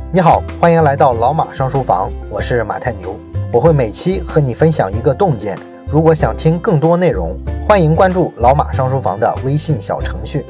你好，欢迎来到老马上书房，我是马太牛，我会每期和你分享一个洞见。如果想听更多内容，欢迎关注老马上书房的微信小程序。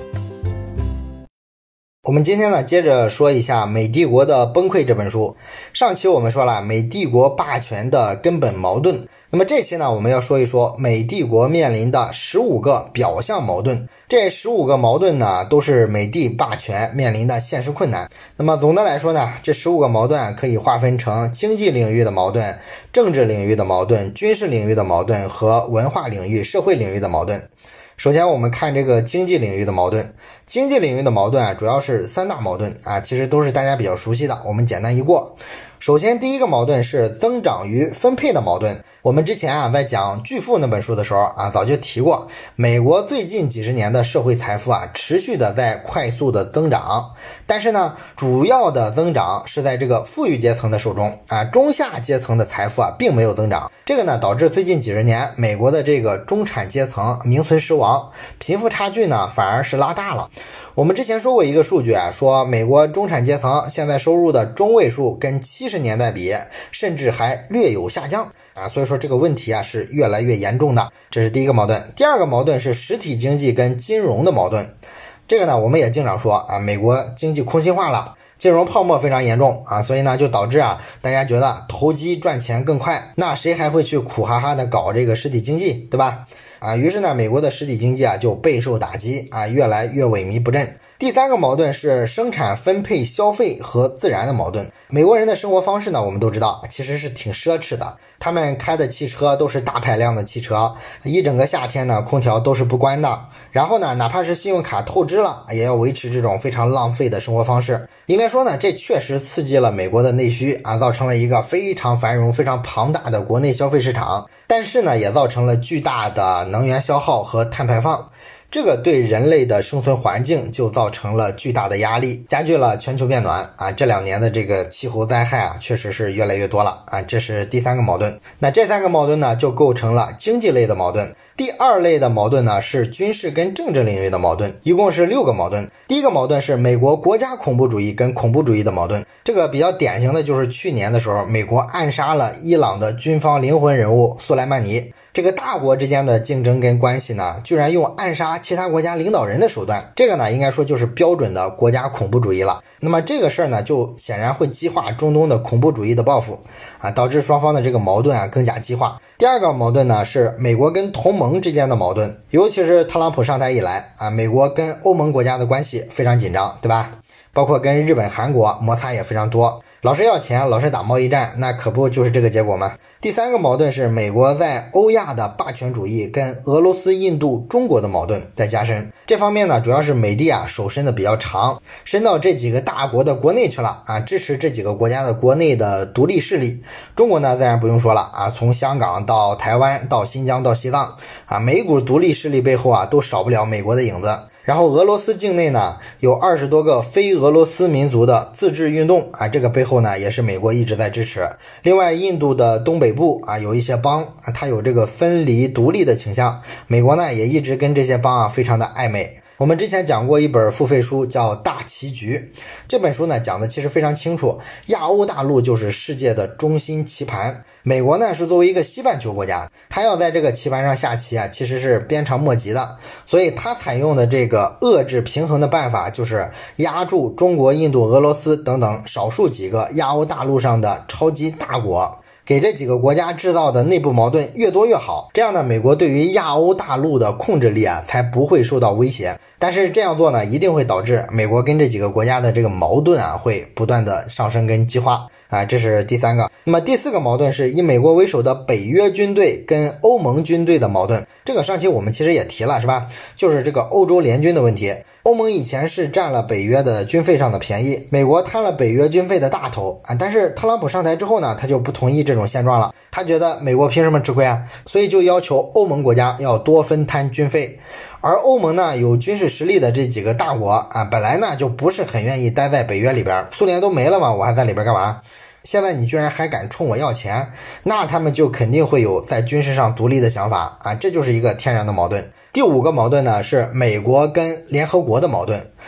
我们今天呢，接着说一下《美帝国的崩溃》这本书。上期我们说了美帝国霸权的根本矛盾，那么这期呢，我们要说一说美帝国面临的15个表象矛盾。这15个矛盾呢，都是美帝霸权面临的现实困难。那么总的来说呢，这15个矛盾可以划分成经济领域的矛盾、政治领域的矛盾、军事领域的矛盾和文化领域、社会领域的矛盾。首先我们看这个经济领域的矛盾。经济领域的矛盾主要是3大矛盾其实都是大家比较熟悉的，我们简单一过。首先第一个矛盾是增长与分配的矛盾。我们之前在讲巨富那本书的时候早就提过，美国最近几十年的社会财富持续的在快速的增长，但是呢，主要的增长是在这个富裕阶层的手中中下阶层的财富并没有增长。这个呢，导致最近几十年美国的这个中产阶层名存实亡，贫富差距呢反而是拉大了。我们之前说过一个数据说美国中产阶层现在收入的中位数跟70年代比，甚至还略有下降所以说这个问题是越来越严重的，这是第一个矛盾。第二个矛盾是实体经济跟金融的矛盾。这个呢，我们也经常说美国经济空心化了，金融泡沫非常严重所以呢就导致大家觉得投机赚钱更快，那谁还会去苦哈哈的搞这个实体经济，对吧？于是呢，美国的实体经济就备受打击越来越萎靡不振。第三个矛盾是生产分配消费和自然的矛盾。美国人的生活方式呢，我们都知道其实是挺奢侈的，他们开的汽车都是大排量的汽车，一整个夏天呢空调都是不关的，然后呢哪怕是信用卡透支了也要维持这种非常浪费的生活方式。应该说呢，这确实刺激了美国的内需造成了一个非常繁荣非常庞大的国内消费市场，但是呢也造成了巨大的能源消耗和碳排放，这个对人类的生存环境就造成了巨大的压力，加剧了全球变暖这2年的这个气候灾害确实是越来越多了这是第3个矛盾。那这3个矛盾呢，就构成了经济类的矛盾。第2类的矛盾呢，是军事跟政治领域的矛盾，一共是6个矛盾。第一个矛盾是美国国家恐怖主义跟恐怖主义的矛盾，这个比较典型的就是去年的时候，美国暗杀了伊朗的军方灵魂人物苏莱曼尼。这个大国之间的竞争跟关系呢，居然用暗杀其他国家领导人的手段，这个呢应该说就是标准的国家恐怖主义了。那么这个事儿呢，就显然会激化中东的恐怖主义的报复导致双方的这个矛盾更加激化。第2个矛盾呢，是美国跟同盟之间的矛盾，尤其是特朗普上台以来美国跟欧盟国家的关系非常紧张，对吧？包括跟日本、韩国摩擦也非常多，老是要钱，老是打贸易战，那可不就是这个结果吗？第3个矛盾是美国在欧亚的霸权主义跟俄罗斯、印度、中国的矛盾在加深。这方面呢，主要是美帝手伸的比较长，伸到这几个大国的国内去了支持这几个国家的国内的独立势力。中国呢，自然不用说了从香港到台湾到新疆到西藏每一股独立势力背后都少不了美国的影子。然后俄罗斯境内呢，有20多个非俄罗斯民族的自治运动这个背后呢也是美国一直在支持。另外印度的东北部有一些邦它有这个分离独立的倾向，美国呢也一直跟这些邦非常的暧昧。我们之前讲过一本付费书叫《大棋局》，这本书呢讲的其实非常清楚，亚欧大陆就是世界的中心棋盘，美国呢是作为一个西半球国家，它要在这个棋盘上下棋其实是鞭长莫及的，所以它采用的这个遏制平衡的办法就是压住中国、印度、俄罗斯等等少数几个亚欧大陆上的超级大国，给这几个国家制造的内部矛盾越多越好，这样呢，美国对于亚欧大陆的控制力才不会受到威胁。但是这样做呢，一定会导致美国跟这几个国家的这个矛盾会不断的上升跟激化这是第3个。那么第4个矛盾是以美国为首的北约军队跟欧盟军队的矛盾，这个上期我们其实也提了，是吧？就是这个欧洲联军的问题。欧盟以前是占了北约的军费上的便宜，美国贪了北约军费的大头但是特朗普上台之后呢，他就不同意这种现状了，他觉得美国凭什么吃亏所以就要求欧盟国家要多分摊军费。而欧盟呢，有军事实力的这几个大国本来呢就不是很愿意待在北约里边，苏联都没了嘛，我还在里边干嘛？现在你居然还敢冲我要钱，那他们就肯定会有在军事上独立的想法这就是一个天然的矛盾。第5个矛盾呢，是美国跟联合国的矛盾。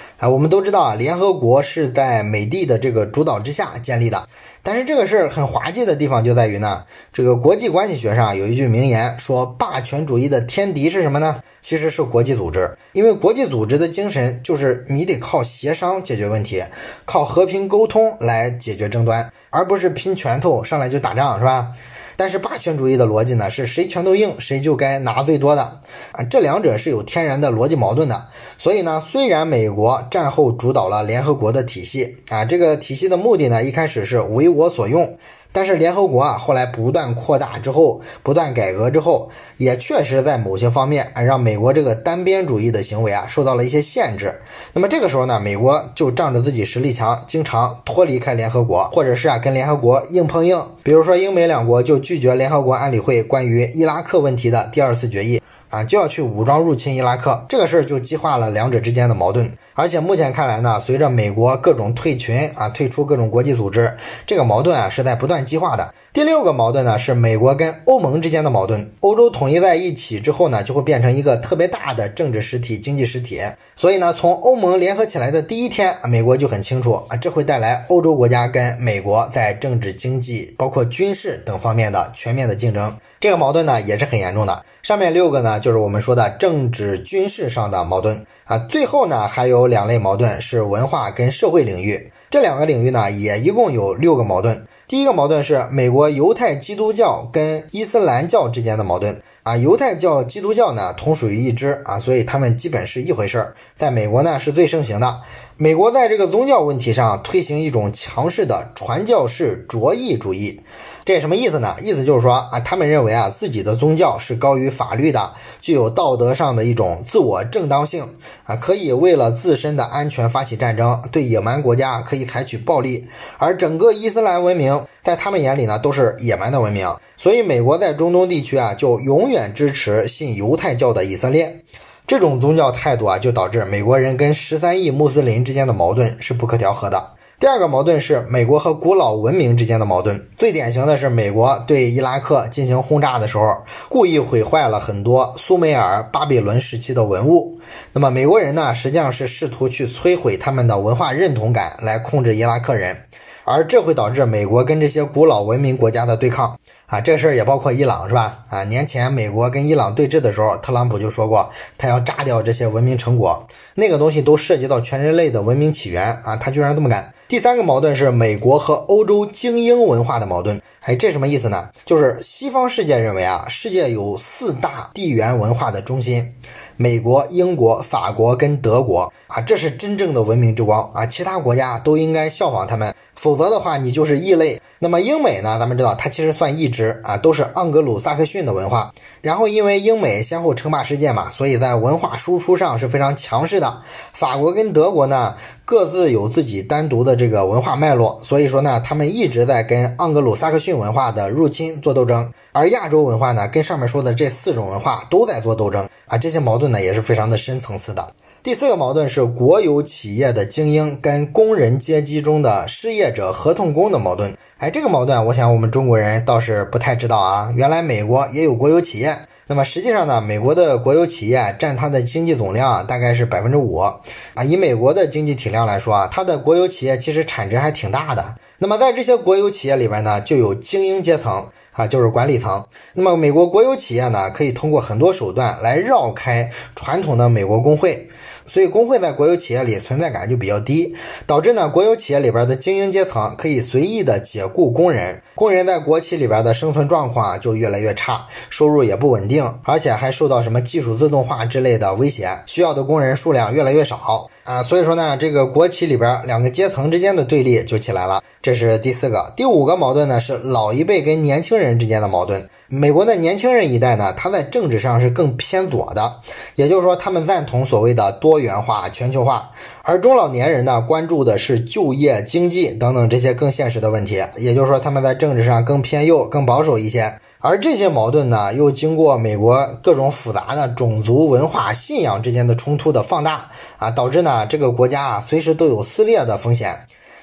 我们都知道啊，联合国是在美帝的这个主导之下建立的。但是这个事儿很滑稽的地方就在于呢，这个国际关系学上有一句名言说，霸权主义的天敌是什么呢？其实是国际组织。因为国际组织的精神就是你得靠协商解决问题，靠和平沟通来解决争端，而不是拼拳头上来就打仗，是吧？但是霸权主义的逻辑呢，是谁拳头硬谁就该拿最多的这两者是有天然的逻辑矛盾的。所以呢，虽然美国战后主导了联合国的体系这个体系的目的呢，一开始是为我所用，但是联合国后来不断扩大之后，不断改革之后，也确实在某些方面让美国这个单边主义的行为受到了一些限制。那么这个时候呢，美国就仗着自己实力强，经常脱离开联合国，或者是跟联合国硬碰硬。比如说英美两国就拒绝联合国安理会关于伊拉克问题的第2次决议就要去武装入侵伊拉克，这个事儿就激化了两者之间的矛盾。而且目前看来呢，随着美国各种退群退出各种国际组织，这个矛盾是在不断激化的。第6个矛盾呢，是美国跟欧盟之间的矛盾。欧洲统一在一起之后呢，就会变成一个特别大的政治实体、经济实体。所以呢，从欧盟联合起来的第一天，美国就很清楚这会带来欧洲国家跟美国在政治、经济包括军事等方面的全面的竞争。这个矛盾呢也是很严重的。上面6个呢就是我们说的政治军事上的矛盾最后呢还有2类矛盾是文化跟社会领域。这2个领域呢也一共有6个矛盾。第一个矛盾是美国犹太基督教跟伊斯兰教之间的矛盾犹太教基督教呢同属于一支所以他们基本是一回事儿，在美国呢是最盛行的。美国在这个宗教问题上推行一种强势的传教士着意主义。这什么意思呢？意思就是说他们认为自己的宗教是高于法律的，具有道德上的一种自我正当性可以为了自身的安全发起战争，对野蛮国家可以采取暴力，而整个伊斯兰文明在他们眼里呢都是野蛮的文明。所以美国在中东地区就永远支持信犹太教的以色列。这种宗教态度就导致美国人跟13亿穆斯林之间的矛盾是不可调和的。第2个矛盾是美国和古老文明之间的矛盾。最典型的是美国对伊拉克进行轰炸的时候，故意毁坏了很多苏美尔、巴比伦时期的文物。那么美国人呢，实际上是试图去摧毁他们的文化认同感，来控制伊拉克人。而这会导致美国跟这些古老文明国家的对抗这事儿也包括伊朗，是吧年前美国跟伊朗对峙的时候，特朗普就说过他要炸掉这些文明成果，那个东西都涉及到全人类的文明起源他居然这么干。第3个矛盾是美国和欧洲精英文化的矛盾。这什么意思呢？就是西方世界认为世界有4大地缘文化的中心，美国、英国、法国跟德国这是真正的文明之光其他国家都应该效仿他们，否则的话你就是异类。那么英美呢，咱们知道它其实算一支都是盎格鲁撒克逊的文化。然后因为英美先后称霸世界嘛，所以在文化输出上是非常强势的。法国跟德国呢各自有自己单独的这个文化脉络，所以说呢他们一直在跟盎格鲁撒克逊文化的入侵做斗争，而亚洲文化呢跟上面说的这4种文化都在做斗争这些矛盾呢也是非常的深层次的。第4个矛盾是国有企业的精英跟工人阶级中的失业者合同工的矛盾。这个矛盾我想我们中国人倒是不太知道原来美国也有国有企业。那么实际上呢，美国的国有企业占它的经济总量大概是 5%以美国的经济体量来说它的国有企业其实产值还挺大的。那么在这些国有企业里边呢，就有精英阶层就是管理层。那么美国国有企业呢，可以通过很多手段来绕开传统的美国工会，所以工会在国有企业里存在感就比较低，导致呢国有企业里边的精英阶层可以随意的解雇工人，工人在国企里边的生存状况就越来越差，收入也不稳定，而且还受到什么技术自动化之类的威胁，需要的工人数量越来越少所以说呢，这个国企里边2个阶层之间的对立就起来了。这是第4个。第5个矛盾呢是老一辈跟年轻人之间的矛盾。美国的年轻人一代呢，他在政治上是更偏左的，也就是说他们赞同所谓的多元化、全球化，而中老年人呢关注的是就业、经济等等这些更现实的问题，也就是说他们在政治上更偏右、更保守一些。而这些矛盾呢，又经过美国各种复杂的种族、文化、信仰之间的冲突的放大导致呢这个国家随时都有撕裂的风险。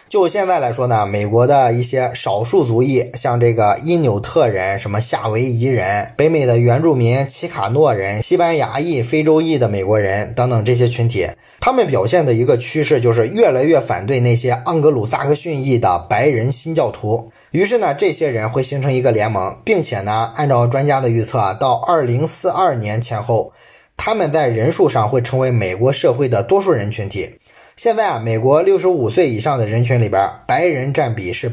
就现在来说呢，美国的一些少数族裔，像这个因纽特人、什么夏威夷人、北美的原住民、奇卡诺人、西班牙裔、非洲裔的美国人等等这些群体，他们表现的一个趋势就是越来越反对那些盎格鲁撒克逊裔的白人新教徒。于是呢，这些人会形成一个联盟，并且呢，按照专家的预测，到2042年前后，他们在人数上会成为美国社会的多数人群体。现在美国65岁以上的人群里边，白人占比是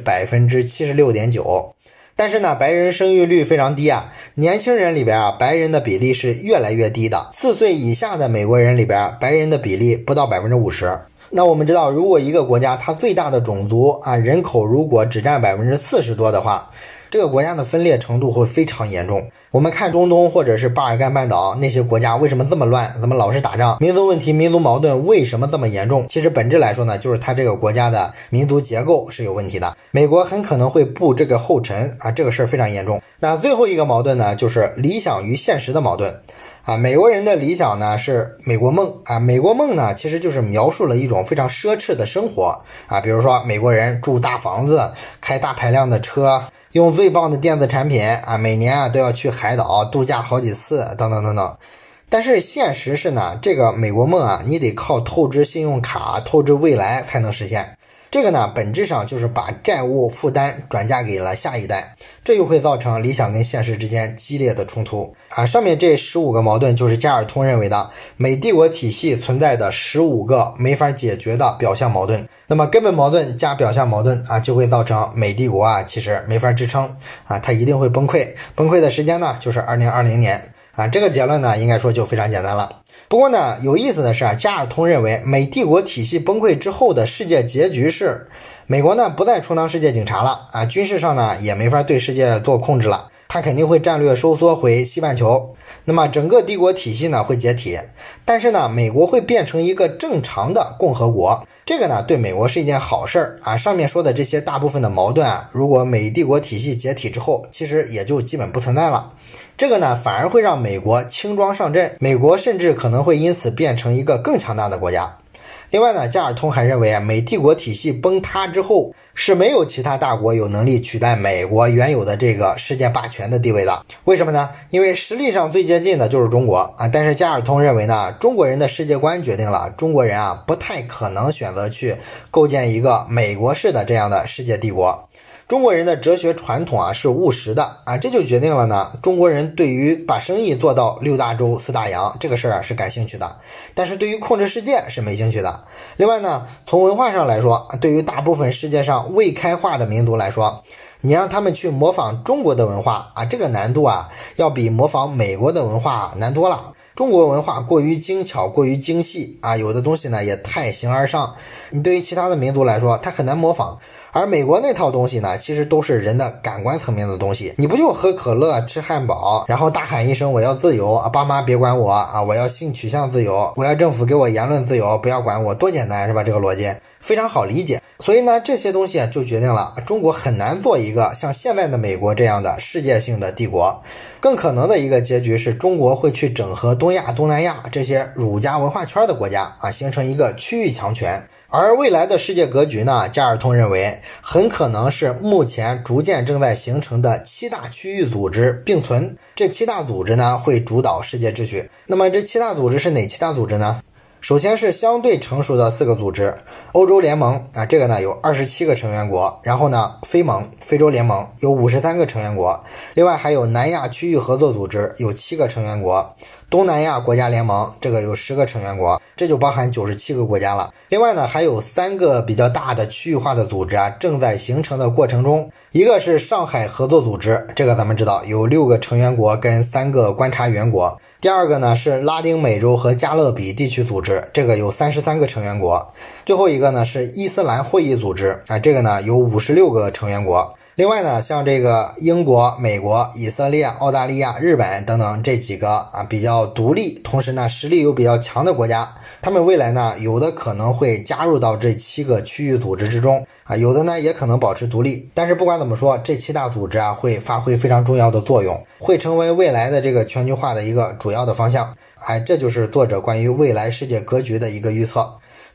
76.9%。但是呢，白人生育率非常低年轻人里边白人的比例是越来越低的。4岁以下的美国人里边，白人的比例不到 50%。那我们知道，如果一个国家它最大的种族人口如果只占 40%多的话，这个国家的分裂程度会非常严重。我们看中东或者是巴尔干半岛那些国家为什么这么乱，怎么老是打仗，民族问题、民族矛盾为什么这么严重？其实本质来说呢，就是它这个国家的民族结构是有问题的。美国很可能会步这个后尘这个事儿非常严重。那最后一个矛盾呢，就是理想与现实的矛盾。美国人的理想呢是美国梦美国梦呢其实就是描述了一种非常奢侈的生活比如说美国人住大房子，开大排量的车，用最棒的电子产品每年都要去海岛度假好几次等等等等。但是现实是呢，这个美国梦你得靠透支信用卡、透支未来才能实现。这个呢，本质上就是把债务负担转嫁给了下一代，这又会造成理想跟现实之间激烈的冲突上面这15个矛盾就是加尔通认为的美帝国体系存在的15个没法解决的表象矛盾。那么根本矛盾加表象矛盾就会造成美帝国其实没法支撑它一定会崩溃。崩溃的时间呢，就是2020年这个结论呢，应该说就非常简单了。不过呢，有意思的是加尔通认为美帝国体系崩溃之后的世界结局是美国呢不再充当世界警察了军事上呢也没法对世界做控制了，它肯定会战略收缩回西半球。那么整个帝国体系呢会解体，但是呢美国会变成一个正常的共和国，这个呢对美国是一件好事上面说的这些大部分的矛盾如果美帝国体系解体之后，其实也就基本不存在了。这个呢反而会让美国轻装上阵，美国甚至可能会因此变成一个更强大的国家。另外呢，加尔通还认为美帝国体系崩塌之后是没有其他大国有能力取代美国原有的这个世界霸权的地位的。为什么呢？因为实力上最接近的就是中国但是加尔通认为呢，中国人的世界观决定了中国人不太可能选择去构建一个美国式的这样的世界帝国。中国人的哲学传统是务实的这就决定了呢，中国人对于把生意做到6大洲4大洋这个事儿是感兴趣的，但是对于控制世界是没兴趣的。另外呢，从文化上来说，对于大部分世界上未开化的民族来说，你让他们去模仿中国的文化这个难度要比模仿美国的文化难多了。中国文化过于精巧，过于精细有的东西呢也太形而上，你对于其他的民族来说它很难模仿。而美国那套东西呢，其实都是人的感官层面的东西。你不就喝可乐、吃汉堡，然后大喊一声我要自由爸妈别管我我要性取向自由，我要政府给我言论自由，不要管我，多简单是吧？这个逻辑非常好理解。所以呢，这些东西就决定了中国很难做一个像现在的美国这样的世界性的帝国。更可能的一个结局是中国会去整合东亚、东南亚这些儒家文化圈的国家形成一个区域强权。而未来的世界格局呢，加尔通认为很可能是目前逐渐正在形成的7大区域组织并存，这7大组织呢会主导世界秩序。那么这7大组织是哪7大组织呢？首先是相对成熟的4个组织，欧洲联盟这个呢有27个成员国，然后呢非盟非洲联盟有53个成员国，另外还有南亚区域合作组织有7个成员国，东南亚国家联盟这个有10个成员国，这就包含97个国家了。另外呢还有3个比较大的区域化的组织正在形成的过程中，一个是上海合作组织，这个咱们知道有6个成员国跟3个观察员国。第二个呢是拉丁美洲和加勒比地区组织，这个有33个成员国。最后一个呢是伊斯兰会议组织这个呢有56个成员国。另外呢，像这个英国、美国、以色列、澳大利亚、日本等等这几个比较独立，同时呢实力又比较强的国家，他们未来呢有的可能会加入到这7个区域组织之中有的呢也可能保持独立。但是不管怎么说，这7大组织会发挥非常重要的作用，会成为未来的这个全球化的一个主要的方向这就是作者关于未来世界格局的一个预测。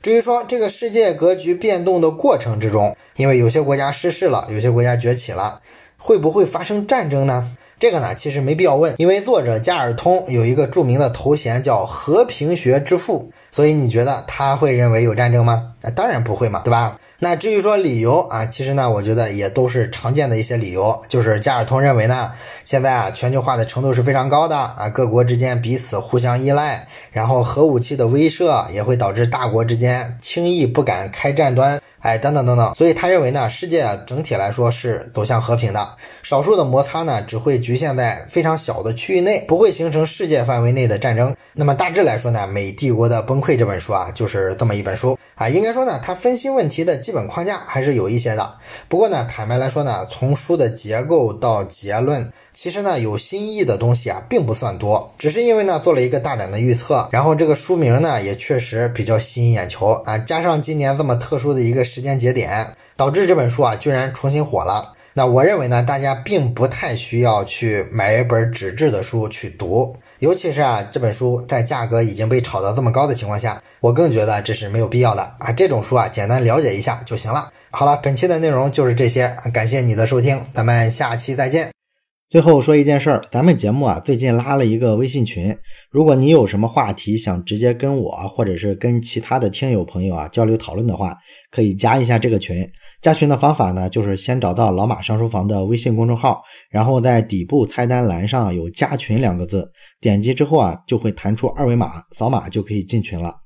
至于说这个世界格局变动的过程之中，因为有些国家失势了，有些国家崛起了，会不会发生战争呢？这个呢其实没必要问，因为作者加尔通有一个著名的头衔叫和平学之父，所以你觉得他会认为有战争吗？当然不会嘛，对吧？那至于说理由啊，其实呢我觉得也都是常见的一些理由，就是加尔通认为呢，现在全球化的程度是非常高的啊，各国之间彼此互相依赖，然后核武器的威慑也会导致大国之间轻易不敢开战端，等等等等，所以他认为呢，世界整体来说是走向和平的，少数的摩擦呢只会局限在非常小的区域内，不会形成世界范围内的战争。那么大致来说呢，《美帝国的崩溃》这本书啊，就是这么一本书啊，应该说呢，它分析问题的基本框架还是有一些的。不过呢，坦白来说呢，从书的结构到结论，其实呢有新意的东西啊并不算多，只是因为呢做了一个大胆的预测，然后这个书名呢也确实比较吸引眼球啊，加上今年这么特殊的一个时间节点，导致这本书啊居然重新火了。那我认为呢，大家并不太需要去买一本纸质的书去读，尤其是这本书在价格已经被炒到这么高的情况下，我更觉得这是没有必要的啊。这种书简单了解一下就行了。好了，本期的内容就是这些，感谢你的收听，咱们下期再见。 最后说一件事儿，咱们节目最近拉了一个微信群，如果你有什么话题想直接跟我或者是跟其他的听友朋友交流讨论的话，可以加一下这个群。加群的方法呢，就是先找到老马上书房的微信公众号，然后在底部菜单栏上有加群2个字，点击之后就会弹出2维码，扫码就可以进群了。